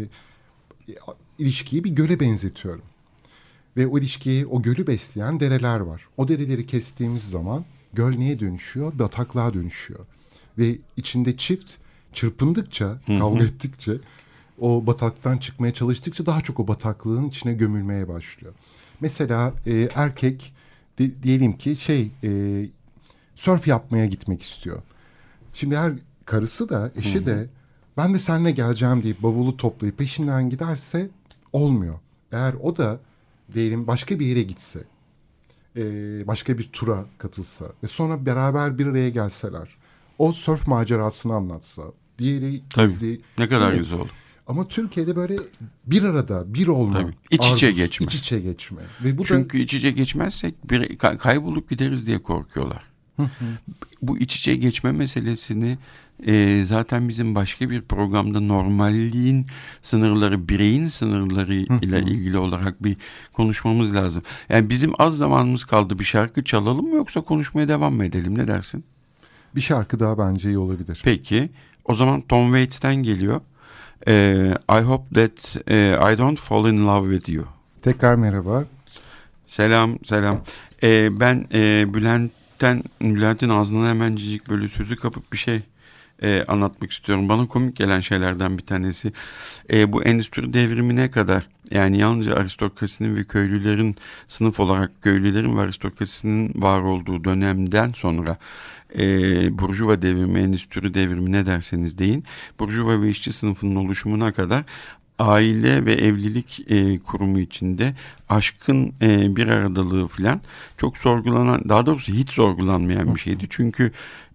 ilişkiyi bir göle benzetiyorum. Ve o ilişkiyi, o gölü besleyen dereler var. O dereleri kestiğimiz zaman göl neye dönüşüyor? Bataklığa dönüşüyor. Ve içinde çift çırpındıkça, kavga ettikçe, o bataktan çıkmaya çalıştıkça daha çok o bataklığın içine gömülmeye başlıyor. Mesela erkek diyelim ki sörf yapmaya gitmek istiyor. Şimdi her karısı da eşi de ben de seninle geleceğim deyip bavulu toplayıp peşinden giderse olmuyor. Eğer o da diyelim başka bir yere gitse, başka bir tura katılsa ve sonra beraber bir araya gelseler, o surf macerasını anlatsa, diğeri Tabii. Ne kadar güzel olur. Ama Türkiye'de böyle bir arada, bir olma. Tabii. İç içe arzusu, geçme. İç içe geçme. Ve bu çünkü iç içe geçmezsek kaybolup gideriz diye korkuyorlar. Bu iç içe geçme meselesini zaten bizim başka bir programda normalliğin sınırları, bireyin sınırları ile ilgili olarak bir konuşmamız lazım. Yani bizim az zamanımız kaldı. Bir şarkı çalalım mı yoksa konuşmaya devam mı edelim? Ne dersin? Bir şarkı daha bence iyi olabilir. Peki. O zaman Tom Waits'ten geliyor. I hope that I don't fall in love with you. Tekrar merhaba. Selam. Ben Bülent'in ağzından hemencik böyle sözü kapıp bir şey anlatmak istiyorum. Bana komik gelen şeylerden bir tanesi. Bu endüstri devrimine kadar, yani yalnızca aristokrasinin ve köylülerin, sınıf olarak köylülerin ve aristokrasinin var olduğu dönemden sonra Burjuva devrimi, endüstri devrimi ne derseniz deyin, Burjuva ve işçi sınıfının oluşumuna kadar aile ve evlilik kurumu içinde aşkın bir aradalığı falan çok sorgulanan, daha doğrusu hiç sorgulanmayan bir şeydi. Çünkü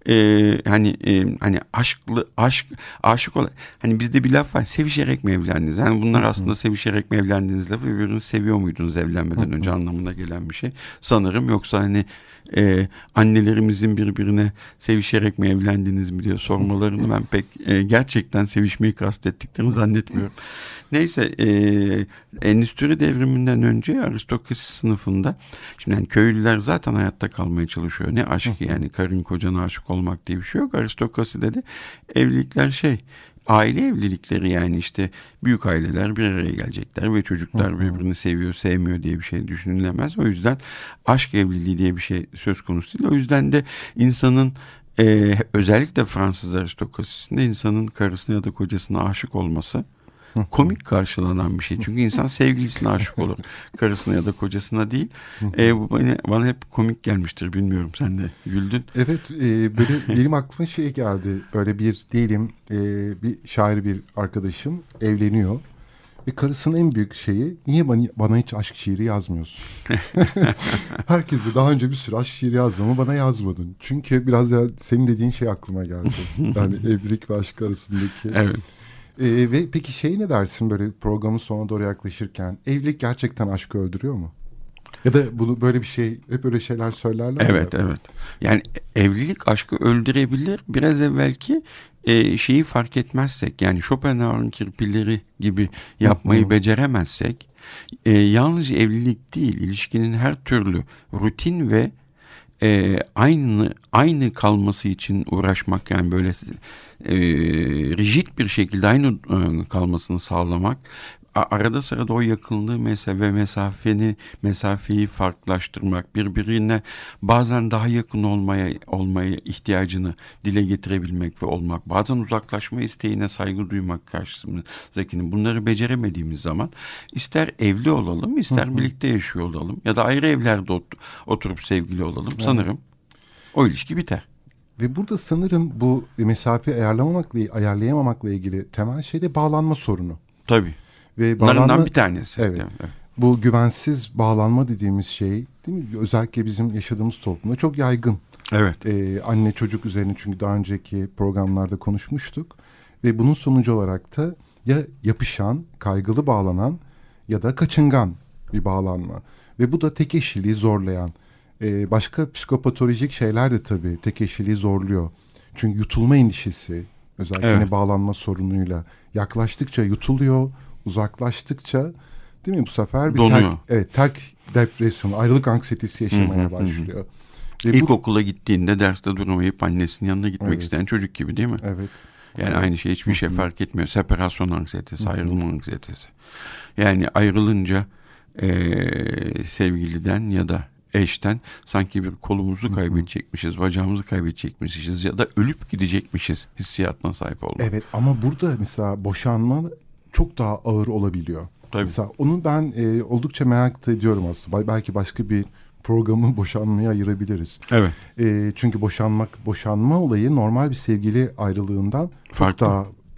hani aşık olan, hani bizde bir laf var, sevişerek mi evlendiniz? Yani bunlar aslında sevişerek mi evlendiniz lafı, birbirini seviyor muydunuz evlenmeden önce anlamına gelen bir şey sanırım. Yoksa hani annelerimizin birbirine sevişerek mi evlendiniz mi diye sormalarını ben pek gerçekten sevişmeyi kastettiklerini zannetmiyorum. Neyse, endüstri devriminden önce aristokrasi sınıfında, şimdi yani köylüler zaten hayatta kalmaya çalışıyor. Ne aşkı, yani karın kocana aşık olmak diye bir şey yok. Aristokraside de evlilikler aile evlilikleri, yani işte büyük aileler bir araya gelecekler ve çocuklar birbirini seviyor sevmiyor diye bir şey düşünülemez. O yüzden aşk evliliği diye bir şey söz konusu değil. O yüzden de insanın özellikle Fransız aristokrasisinde insanın karısına ya da kocasına aşık olması komik karşılanan bir şey. Çünkü insan sevgilisine aşık olur. Karısına ya da kocasına değil. Bu bana hep komik gelmiştir. Bilmiyorum, sen de güldün. Evet, böyle benim aklıma şey geldi. Böyle bir şair bir arkadaşım evleniyor. Ve karısının en büyük şeyi, niye bana hiç aşk şiiri yazmıyorsun? Herkese daha önce bir sürü aşk şiiri yazdım ama bana yazmadın. Çünkü biraz ya senin dediğin şey aklıma geldi. Yani evlilik ve aşk arasındaki. Evet. Ve peki ne dersin böyle programın sonuna doğru yaklaşırken? Evlilik gerçekten aşkı öldürüyor mu? Ya da bunu böyle bir şey, hep öyle şeyler söylerler. Evet. Yani evlilik aşkı öldürebilir. Biraz evvelki şeyi fark etmezsek, yani Schopenhauer'ın kirpileri gibi yapmayı beceremezsek, yalnızca evlilik değil, ilişkinin her türlü rutin ve aynı kalması için uğraşmak, yani böyle rigid bir şekilde aynı kalmasını sağlamak, arada sırada o yakınlığı ve mesafeyi farklılaştırmak, birbirine bazen daha yakın olmaya ihtiyacını dile getirebilmek ve olmak, bazen uzaklaşma isteğine saygı duymak karşısındakinin, bunları beceremediğimiz zaman ister evli olalım, ister birlikte yaşıyor olalım ya da ayrı evlerde oturup sevgili olalım, sanırım o ilişki biter. Ve burada sanırım bu mesafe ayarlayamamakla ilgili temel şey de bağlanma sorunu. Tabii. Ve bunlardan bir tanesi. Evet. Bu güvensiz bağlanma dediğimiz şey, değil mi? Özellikle bizim yaşadığımız toplumda çok yaygın. Evet. Anne çocuk üzerine, çünkü daha önceki programlarda konuşmuştuk. Ve bunun sonucu olarak da ya yapışan, kaygılı bağlanan ya da kaçıngan bir bağlanma. Ve bu da tek eşliliği zorlayan. Başka psikopatolojik şeyler de tabii tek eşliliği zorluyor. Çünkü yutulma endişesi, özellikle bağlanma sorunuyla yaklaştıkça yutuluyor, uzaklaştıkça, değil mi, bu sefer bir terk depresyonu, ayrılık anksiyetesi yaşamaya başlıyor. Ve İlkokula gittiğinde derste durmayıp annesinin yanına gitmek isteyen çocuk gibi, değil mi? Evet. Yani aynı şey, hiçbir şey fark etmiyor. Separasyon anksiyetesi, ayrılma anksiyetesi. Yani ayrılınca sevgiliden ya da eşten sanki bir kolumuzu kaybedecekmişiz, bacağımızı kaybedecekmişiz ya da ölüp gidecekmişiz hissiyatına sahip olmak. Evet, ama burada mesela boşanma çok daha ağır olabiliyor. Tabii. Mesela onu ben oldukça merak ediyorum aslında. Belki başka bir programı boşanmaya ayırabiliriz. Evet. Çünkü boşanma olayı normal bir sevgili ayrılığından çok farklı. daha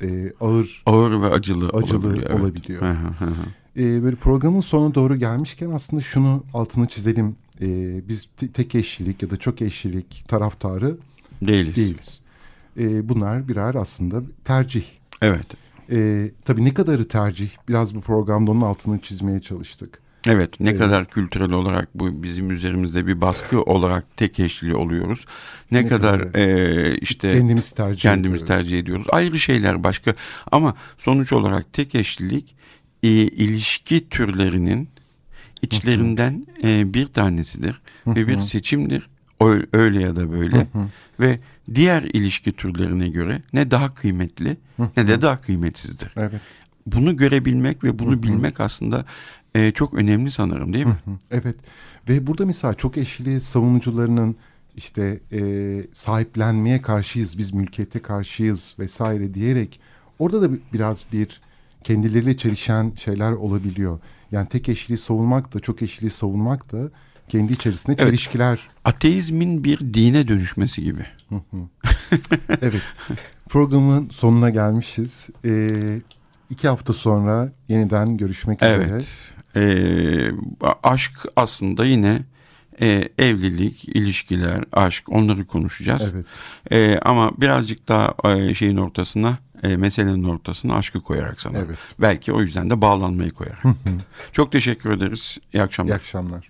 ağır ve acılı olabiliyor. Böyle programın sonuna doğru gelmişken aslında şunu altını çizelim. Biz tek eşlilik ya da çok eşlilik taraftarı değiliz. Bunlar birer aslında tercih. Evet. Tabii ne kadarı tercih? Biraz bu programda onun altını çizmeye çalıştık. Evet, ne kadar kültürel olarak bu bizim üzerimizde bir baskı olarak tek eşli oluyoruz. Ne kadar işte kendimiz tercih ediyoruz. Ayrı şeyler başka ama sonuç olarak tek eşlilik ilişki türlerinin içlerinden bir tanesidir ve bir seçimdir. Öyle ya da böyle ve diğer ilişki türlerine göre ne daha kıymetli ne de daha kıymetsizdir. Evet. Bunu görebilmek ve bunu bilmek aslında çok önemli sanırım, değil mi? Evet. Ve burada mesela çok eşliliği savunucularının işte sahiplenmeye karşıyız, biz mülkiyete karşıyız vesaire diyerek orada da biraz bir kendileriyle çelişen şeyler olabiliyor. Yani tek eşliliği savunmak da çok eşliliği savunmak da kendi içerisinde çelişkiler. Ateizmin bir dine dönüşmesi gibi. Evet. Programın sonuna gelmişiz. 2 hafta sonra yeniden görüşmek üzere. Evet. Aşk aslında yine evlilik, ilişkiler, aşk, onları konuşacağız. Evet. Ama birazcık daha şeyin ortasına, meselenin ortasına aşkı koyarak sanırım. Evet. Belki o yüzden de bağlanmayı koyar. Çok teşekkür ederiz. İyi akşamlar. İyi akşamlar.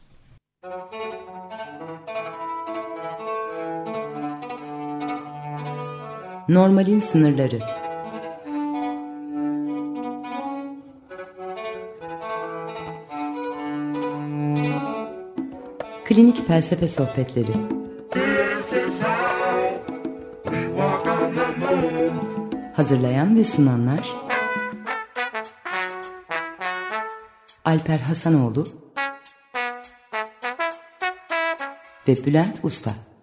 Normalin sınırları. Klinik felsefe sohbetleri. Hazırlayan ve sunanlar Alper Hasanoğlu ve Bülent Usta.